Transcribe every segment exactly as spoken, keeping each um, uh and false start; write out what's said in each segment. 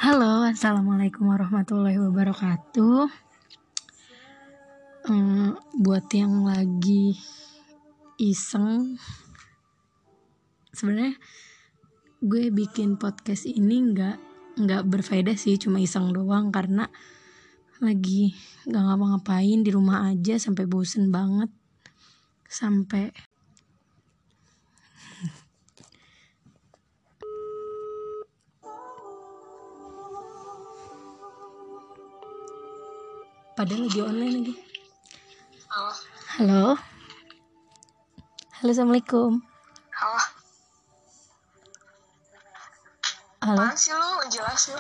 Halo, assalamualaikum warahmatullahi wabarakatuh. Hmm, buat yang lagi iseng, sebenarnya gue bikin podcast ini nggak nggak berfaedah sih, cuma iseng doang karena lagi nggak ngapa-ngapain di rumah aja sampai bosen banget, sampai padahal lagi online lagi. Halo. Halo. Halo, assalamualaikum. Halo. Halo. Apaan sih lu? Jelas lu.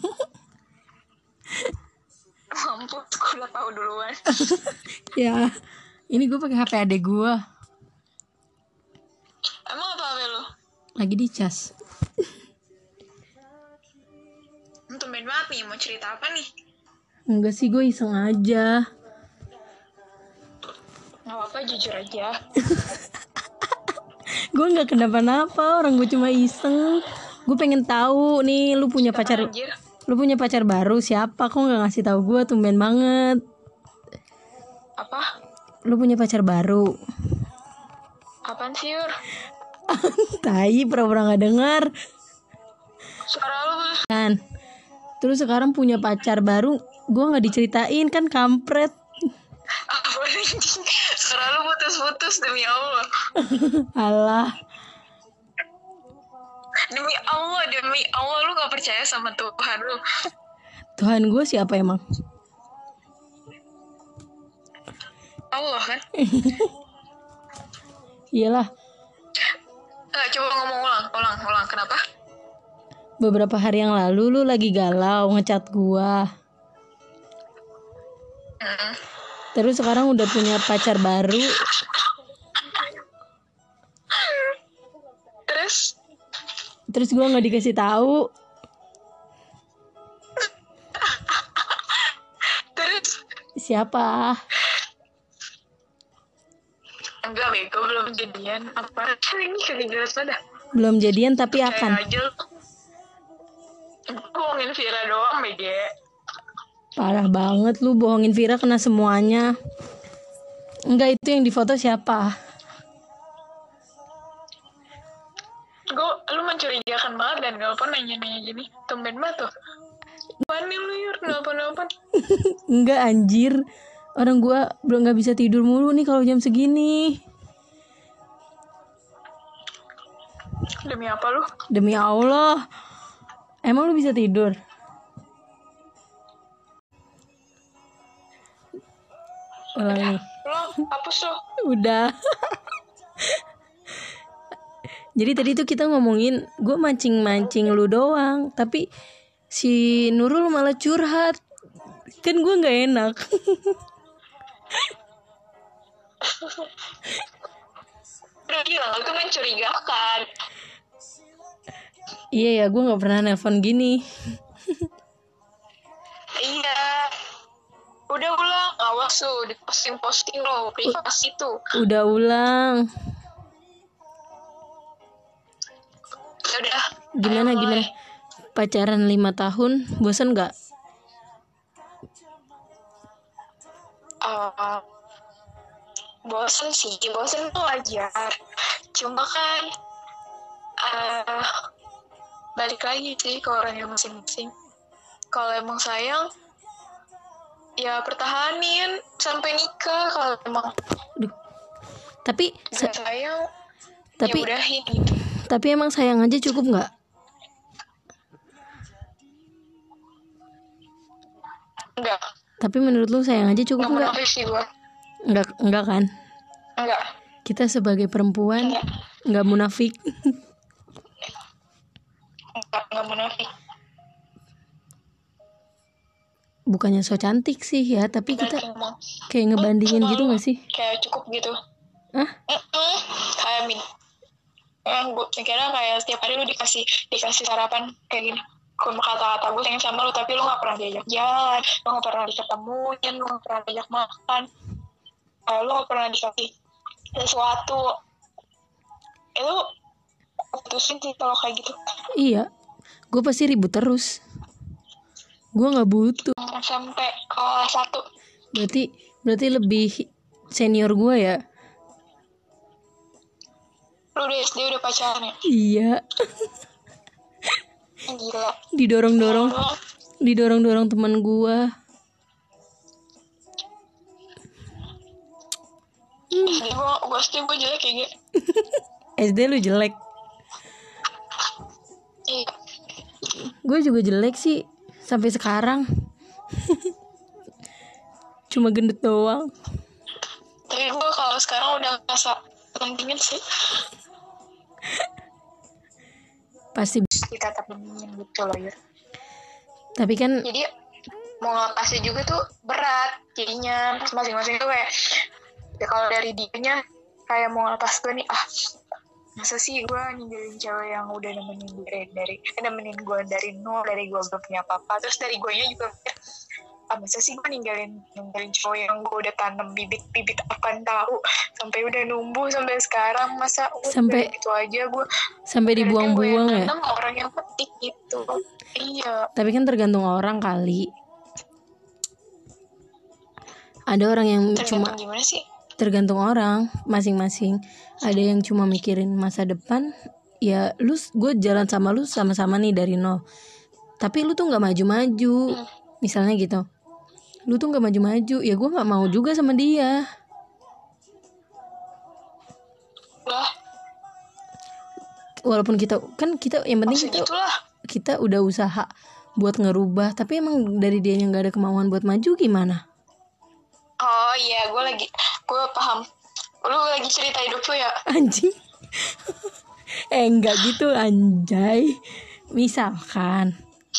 Mampus, gue udah tahu duluan. Ya, ini gue pakai H P adek gue. Emang apa H P lu? Lagi dicas. Tumben banget nih, mau cerita apa nih? Enggak sih, gue iseng aja. Gak apa-apa, jujur aja. Gue nggak kenapa-napa, orang gue cuma iseng. Gue pengen tahu nih, lu punya Kenapa, pacar, anjir? lu punya pacar baru siapa? Kok nggak ngasih tahu gue? Tumben banget. Apa? Lu punya pacar baru? Apaan sih, Yur? Tai, pura-pura nggak dengar. Suara lu Kan. Terus sekarang punya pacar baru, gue nggak diceritain kan, kampret. apa anjing? Suara lu putus-putus demi Allah. Alah. Demi Allah, demi Allah lu gak percaya sama Tuhan lu. Tuhan gue siapa emang? Allah kan? Iyalah. Eh, coba ngomong ulang, ulang, ulang. Kenapa? Beberapa hari yang lalu lu lagi galau ngechat gua. Hmm. Terus sekarang udah punya pacar baru. Terus? Terus gua nggak dikasih tahu. Terus? Siapa? Enggak, bego, belum jadian. Apa? Ini kagak jelas pada. Belum jadian tapi akan. Kayak aja lu. Bohongin Vira doang, B G. Parah banget lu, bohongin Vira kena semuanya. Enggak, itu yang difoto siapa? Gue, lu mencurigakan banget dan gak apa nanya-nanya gini. Tumben banget tuh. Apaan nih lu, Yur? Kenapa-napa? Enggak anjir. Orang gua belum nggak bisa tidur mulu nih kalau jam segini. Demi apa lu? Demi Allah. Emang lu bisa tidur? Ulang nih. Lu, hapus lu. Udah. Jadi tadi tuh kita ngomongin, gue mancing-mancing lu doang, tapi si Nurul malah curhat. Kan gue nggak enak. Udah gila, lu tuh mencurigakan. Iya ya, gue nggak pernah nelpon gini. Iya. Udah ulang, awas tuh, diposting-posting lo, privasi tuh. Udah ulang. Ya udah. Gimana ayo gimana? mulai. Pacaran lima tahun, bosan nggak? Uh, bosen sih, bosen tuh wajar. Cuma kan uh, balik lagi sih ke orangnya masing-masing. Kalau emang sayang, ya pertahanin sampai nikah. Kalau emang Aduh. Tapi gak sayang, tapi ya udahin gitu. tapi emang sayang aja cukup nggak? Enggak, Tapi menurut lu sayang aja cukup enggak nggak? munafik sih gue. Enggak, enggak kan? Enggak, Kita sebagai perempuan enggak, nggak munafik. enggak, enggak munafik. Bukannya so cantik sih ya, tapi kita Cuma, kayak ngebandingin gitu nggak sih? kayak cukup gitu. Hah? Mm-mm. Kayak min. Eh, gue kira kayak setiap hari lu dikasih dikasih sarapan kayak gini. Gue kata-kata gue sayang sama lu, tapi lu gak pernah diajak jalan, lu gak pernah diketemuin, lu gak pernah diajak makan, eh, lu gak pernah dikasih sesuatu. Itu putusin sih kalau kayak gitu. Iya, gue pasti ribut terus. Gue nggak butuh. Sampai kelas satu. Berarti berarti lebih senior gue ya? Lu udah S D udah pacaran ya? Iya. Gila. Didorong-dorong, didorong-dorong teman gue. S D gue, gue S D gue jelek kayak gitu. S D lu jelek? Iya. Gue juga jelek sih sampai sekarang. Cuma gendut doang. Tapi gue kalau sekarang udah ngerasa pentingin sih. Pasti Kita tak pentingin gitu loh ya. tapi kan Jadi mau ngelepasnya juga tuh berat. Jadinya masing-masing tuh kayak, ya kalau dari dianya kayak mau ngelepas gue nih, ah masa sih gue ninggalin cewek yang udah nemenin gue dari, dari eh, nemenin gue dari nol, dari gue belum punya apa-apa, terus dari gue nya juga ah masa sih gue ninggalin ninggalin cowok yang gue udah tanam bibit-bibit apaan tahu sampai udah numbuh sampai sekarang, masa udah Sampai- gitu aja gue sampai dibuang-buang ya. tanam orang yang petik gitu. Iya. Tapi kan tergantung orang kali. Ada orang yang cuma Tergantung gimana sih? tergantung orang masing-masing. Ada yang cuma mikirin masa depan. Ya lu, gue jalan sama lu sama-sama nih dari nol. Tapi lu tuh nggak maju-maju. Hmm. Misalnya gitu. Lu tuh nggak maju-maju. Ya gue nggak mau juga sama dia. Lah, Walaupun kita kan kita yang penting maksud kita itulah. kita udah usaha buat ngerubah. Tapi emang dari dia yang nggak ada kemauan buat maju gimana? Oh iya, gue lagi, gue paham. Lu lagi cerita hidup lu ya? Anjing. Eh enggak gitu anjay. Misalkan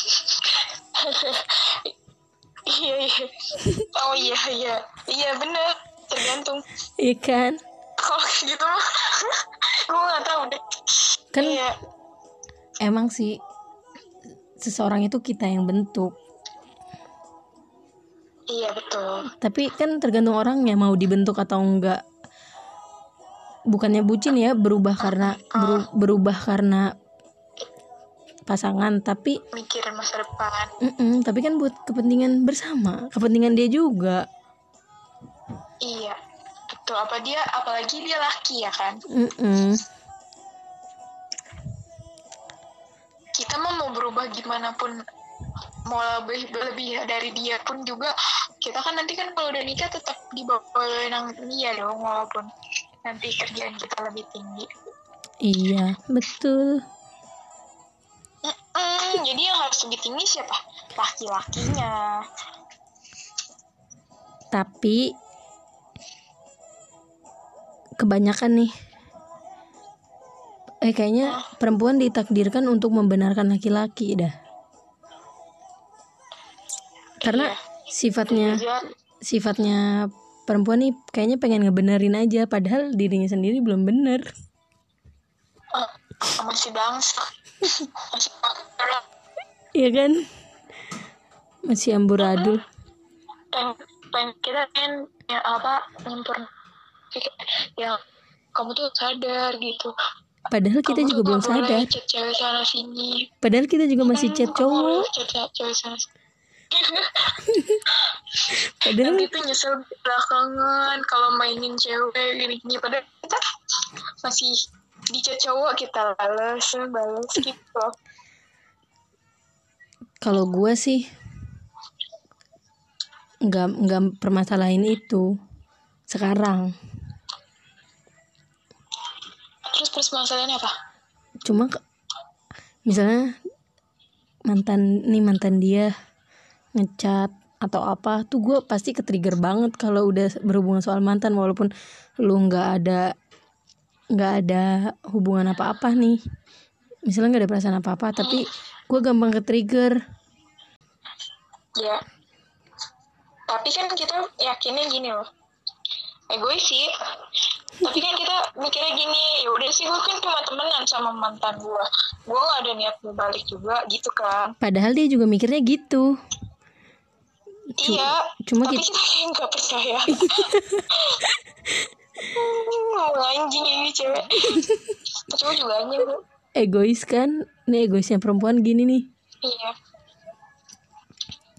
Iya iya. Oh iya iya. Iya bener. Tergantung. ikan Kalau kayak gitu mah, gue nggak tahu deh. kan Iya. emang sih seseorang itu kita yang bentuk. Iya betul. Tapi kan tergantung orangnya mau dibentuk atau enggak. Bukannya bucin ya, berubah karena beru- berubah karena pasangan, tapi Mikirin masa depan. mm-mm, tapi kan buat kepentingan bersama, kepentingan dia juga. Iya. Betul. Apa dia, apalagi dia laki ya kan? Mm-mm. Kita mah mau berubah gimana pun, mau lebih lebih dari dia pun juga, kita kan nanti kan kalau udah nikah tetap di bawah naungan dia dong, walaupun nanti kerjaan kita lebih tinggi. Iya betul. Mm-mm, jadi yang harus lebih tinggi siapa? Laki-lakinya. Tapi kebanyakan nih eh kayaknya perempuan ditakdirkan untuk membenarkan laki-laki dah. Karena Iya. sifatnya Dia sifatnya perempuan nih kayaknya pengen ngebenerin aja, padahal dirinya sendiri belum bener. uh, masih bangsa. Masih bangsa. Iya kan? Masih amburadul. Pengen, pengen kita kan ya apa nyempurna, yang kamu tuh sadar gitu. Padahal kita Kamu juga tuh belum gak boleh sadar. chat cewek sana sini. Padahal kita juga masih Hmm, chat kamu cowok. boleh chat cewek sana sini. Padahal Nanti tuh nyesel belakangan kalau mainin cewek gini-gini, padahal kita masih di chat cowok kita balas balas gitu. kalau gue sih nggak nggak permasalahin itu sekarang. Terus terus masalahnya apa? Cuma ke- misalnya mantan nih mantan dia ngechat atau apa tuh, gue pasti ke-trigger banget kalau udah berhubungan soal mantan, walaupun lu nggak ada nggak ada hubungan apa-apa nih, misalnya nggak ada perasaan apa-apa, tapi gue gampang ke-trigger. Ya. Tapi kan kita yakinnya gini loh. Egois sih. Tapi kan kita mikirnya gini, ya udah sih gue kan cuma temenan sama mantan gue. Gue gak ada niat mau balik juga gitu kan. Padahal dia juga mikirnya gitu. Cuma- Iya. cuma tapi kita- kita kayak gak percaya. Hmm, anjing ini cewek. Cowok juga anjing gue. Egois kan, nih egoisnya perempuan gini nih. Iya.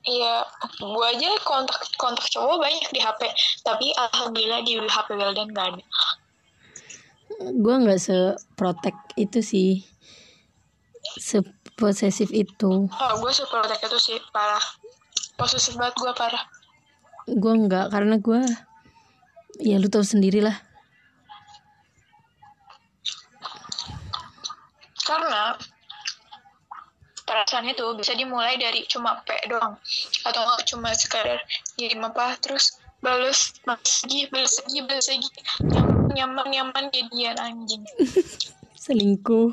Iya, gue aja kontak kontak cowok banyak di H P, tapi alhamdulillah di H P Wildan gak ada. Gue nggak seprotek itu sih, seposesif itu. Oh, gue seprotek itu sih parah, posesif banget gue parah. Gue nggak, karena gue ya lu tahu sendiri lah. Karena perasaan itu bisa dimulai dari cuma P doang, atau nggak cuma sekadar kirim apa terus balas balas lagi balas lagi balas lagi nyaman nyaman jadian anjing. Selingkuh.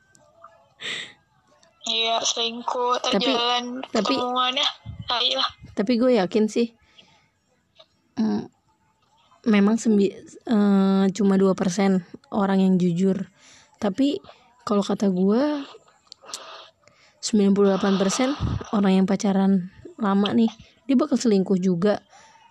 Iya selingkuh terjalan tapi ketemuannya tai lah. Tapi gue yakin sih mm, memang sembi, uh, cuma dua persen orang yang jujur. Tapi kalau kata gue sembilan puluh delapan persen orang yang pacaran lama nih, dia bakal selingkuh juga.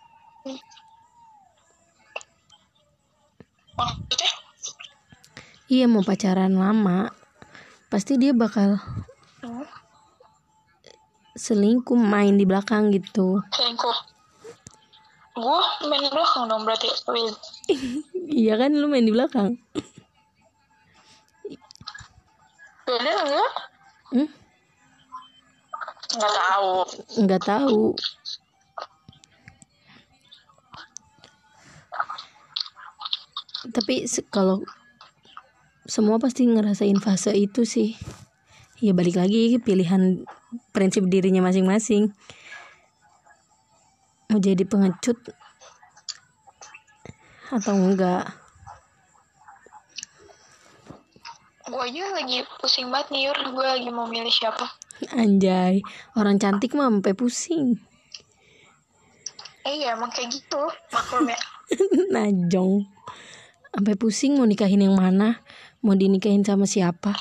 Maksudnya? Iya, mau pacaran lama pasti dia bakal hmm? selingkuh, main di belakang gitu. Selingkuh? Gue main di belakang dong berarti. Iya kan, lu main di belakang. Beda enggak? Hmm? Nggak tahu. Nggak tahu. Tapi se- kalau semua pasti ngerasain fase itu sih. Ya balik lagi pilihan prinsip dirinya masing-masing. Mau jadi pengecut atau enggak. Gue aja lagi pusing banget nih Yur. Gue lagi mau milih siapa. Anjay, orang cantik mah sampai pusing. Eh iya emang kayak gitu. Maklum ya. Najong. Sampai pusing mau nikahin yang mana, mau dinikahin sama siapa.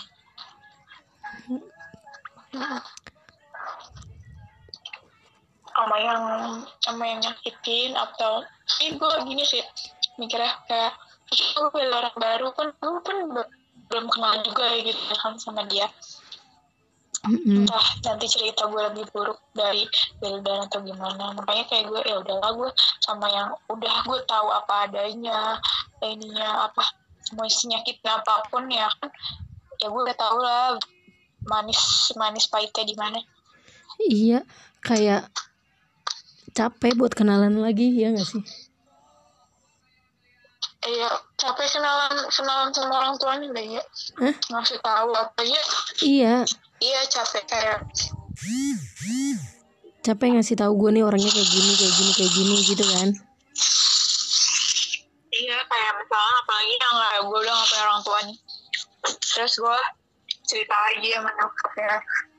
Sama yang sama yang nyakitin atau sih gue gini sih mikirnya kayak gue beli orang baru kan gue kan belum kenal juga ya gitu kan sama dia. Mm-mm. Entah nanti cerita gue lebih buruk dari Wildan atau gimana. Makanya kayak gue ya udahlah gue sama yang udah gue tahu apa adanya, ininya apa mau nyakitnya apapun ya kan. Ya gue udah tahu lah manis manis pahitnya di mana. Iya, kayak capek buat kenalan lagi, ya nggak sih? Iya, capek kenalan kenalan sama orang tuanya deh ya. Hah? Ngasih tahu apa ya? Iya. Iya capek kayak. Capek ngasih tahu gue nih orangnya kayak gini, kayak gini, kayak gini gitu kan? Iya kayak misalnya apalagi yang kayak gue udah nggak punya orang tua nih. Terus gue cerita lagi sama nyokapnya.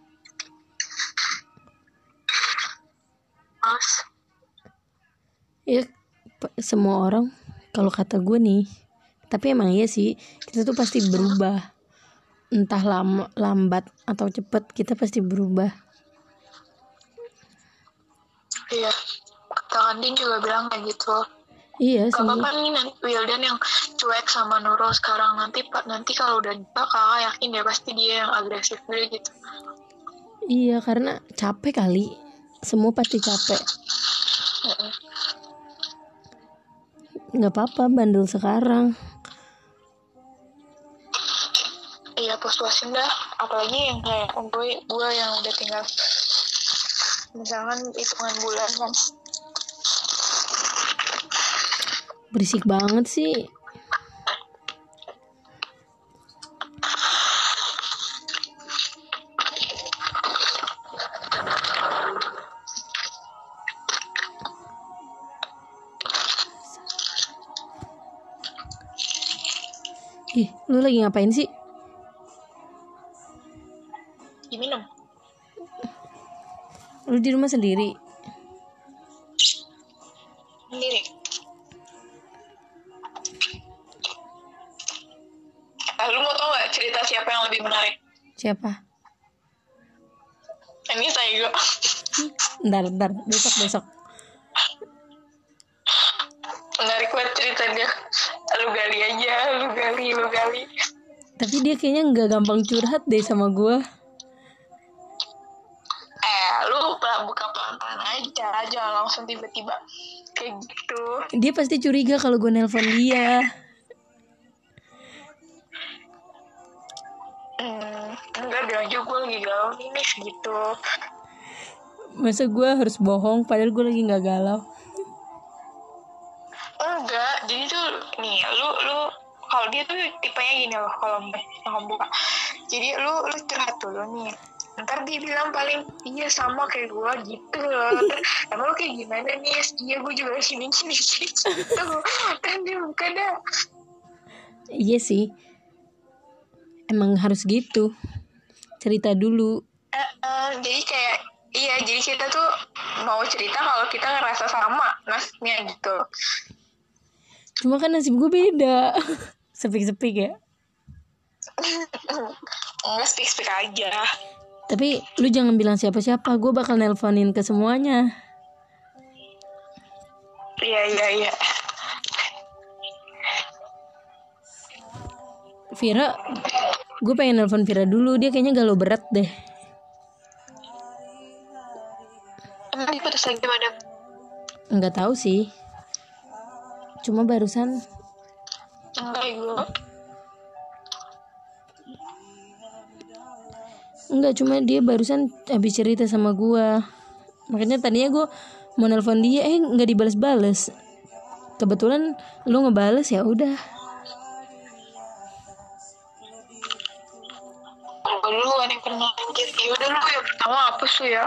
Mas. Ya, semua orang kalau kata gue nih, tapi emang iya sih, kita tuh pasti berubah. Entah lama, lambat atau cepet, kita pasti berubah. Iya, Kak Andin juga bilang kayak gitu. Iya, Gak semua. apa-apa nih nanti Wildan yang cuek sama Nurul sekarang, nanti pak nanti kalau udah nikah kakak yakin deh pasti dia yang agresif gitu. Iya, karena capek kali. Semua pasti capek. Mm-mm. Nggak apa-apa bandel sekarang. Iya puas-puasin dah, apalagi yang kayak gue gue yang udah tinggal misalkan hitungan bulan kan. Berisik banget sih. Ih, lu lagi ngapain sih? Diminum. Lu di rumah sendiri? Sendiri. Eh, lu mau tau gak cerita siapa yang lebih menarik? Siapa? Ini saya juga. Ntar, ntar, besok, besok. Menarik banget cerita dia. Lu gali aja, lu gali, lu gali. Tapi dia kayaknya nggak gampang curhat deh sama gue. Eh, lu buka buka pelan-pelan aja, jangan langsung tiba-tiba kayak gitu. Dia pasti curiga kalau gue nelpon dia. Hmm, enggak, bilang aja gue lagi galau nih Nis, gitu. Masa gue harus bohong padahal gue lagi nggak galau? Enggak, jadi tuh nih lu lu kalau dia tuh tipenya gini loh, kalau mau buka. Jadi lu lu curhat dulu nih. Ntar dia bilang paling iya sama kayak gue gitu loh. Ntar, emang lu kayak gimana nih? Iya gue juga gini gini gitu. Kan dia buka dah. Iya sih. Emang harus gitu. Cerita dulu. Uh, uh, jadi kayak iya, jadi kita tuh mau cerita kalau kita ngerasa sama nasibnya gitu. Cuma kan nasib gue beda. Sepik-sepik ya. Enggak, speak-speak aja. Tapi lu jangan bilang siapa-siapa. Gue bakal nelponin ke semuanya. Iya, iya, iya. Vira, gue pengen nelpon Vira dulu. Dia kayaknya galau berat deh. Emang dia putus lagi madam? Nggak tahu sih. Cuma barusan. Enggak, gue. Enggak, cuma dia barusan habis cerita sama gue. Makanya tadinya gue mau nelpon dia, eh nggak dibales-bales. Kebetulan lu ngebales, ya udah. Gue duluan yang kena anjir. Ya udah, lu yang pertama apa sih ya?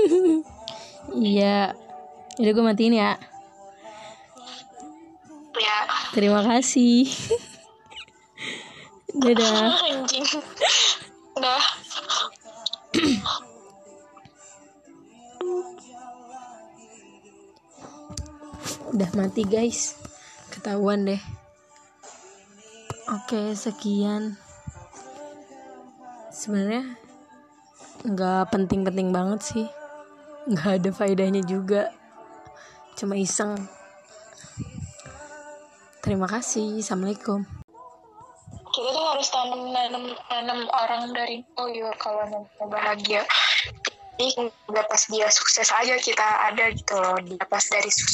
Iya. Udah, gue matiin ya. Ya. Terima kasih. Dadah. Anjing. Dah. Udah mati guys. Ketahuan deh. Oke, sekian. Sebenarnya nggak penting-penting banget sih. Nggak ada faedahnya juga. Cuma iseng. Terima kasih. Assalamualaikum. Kita tuh harus tanam nanam tanam orang dari nol ya kalau mau bahagia. Jadi nggak pas dia sukses aja kita ada gitu loh. Dia pas dari sukses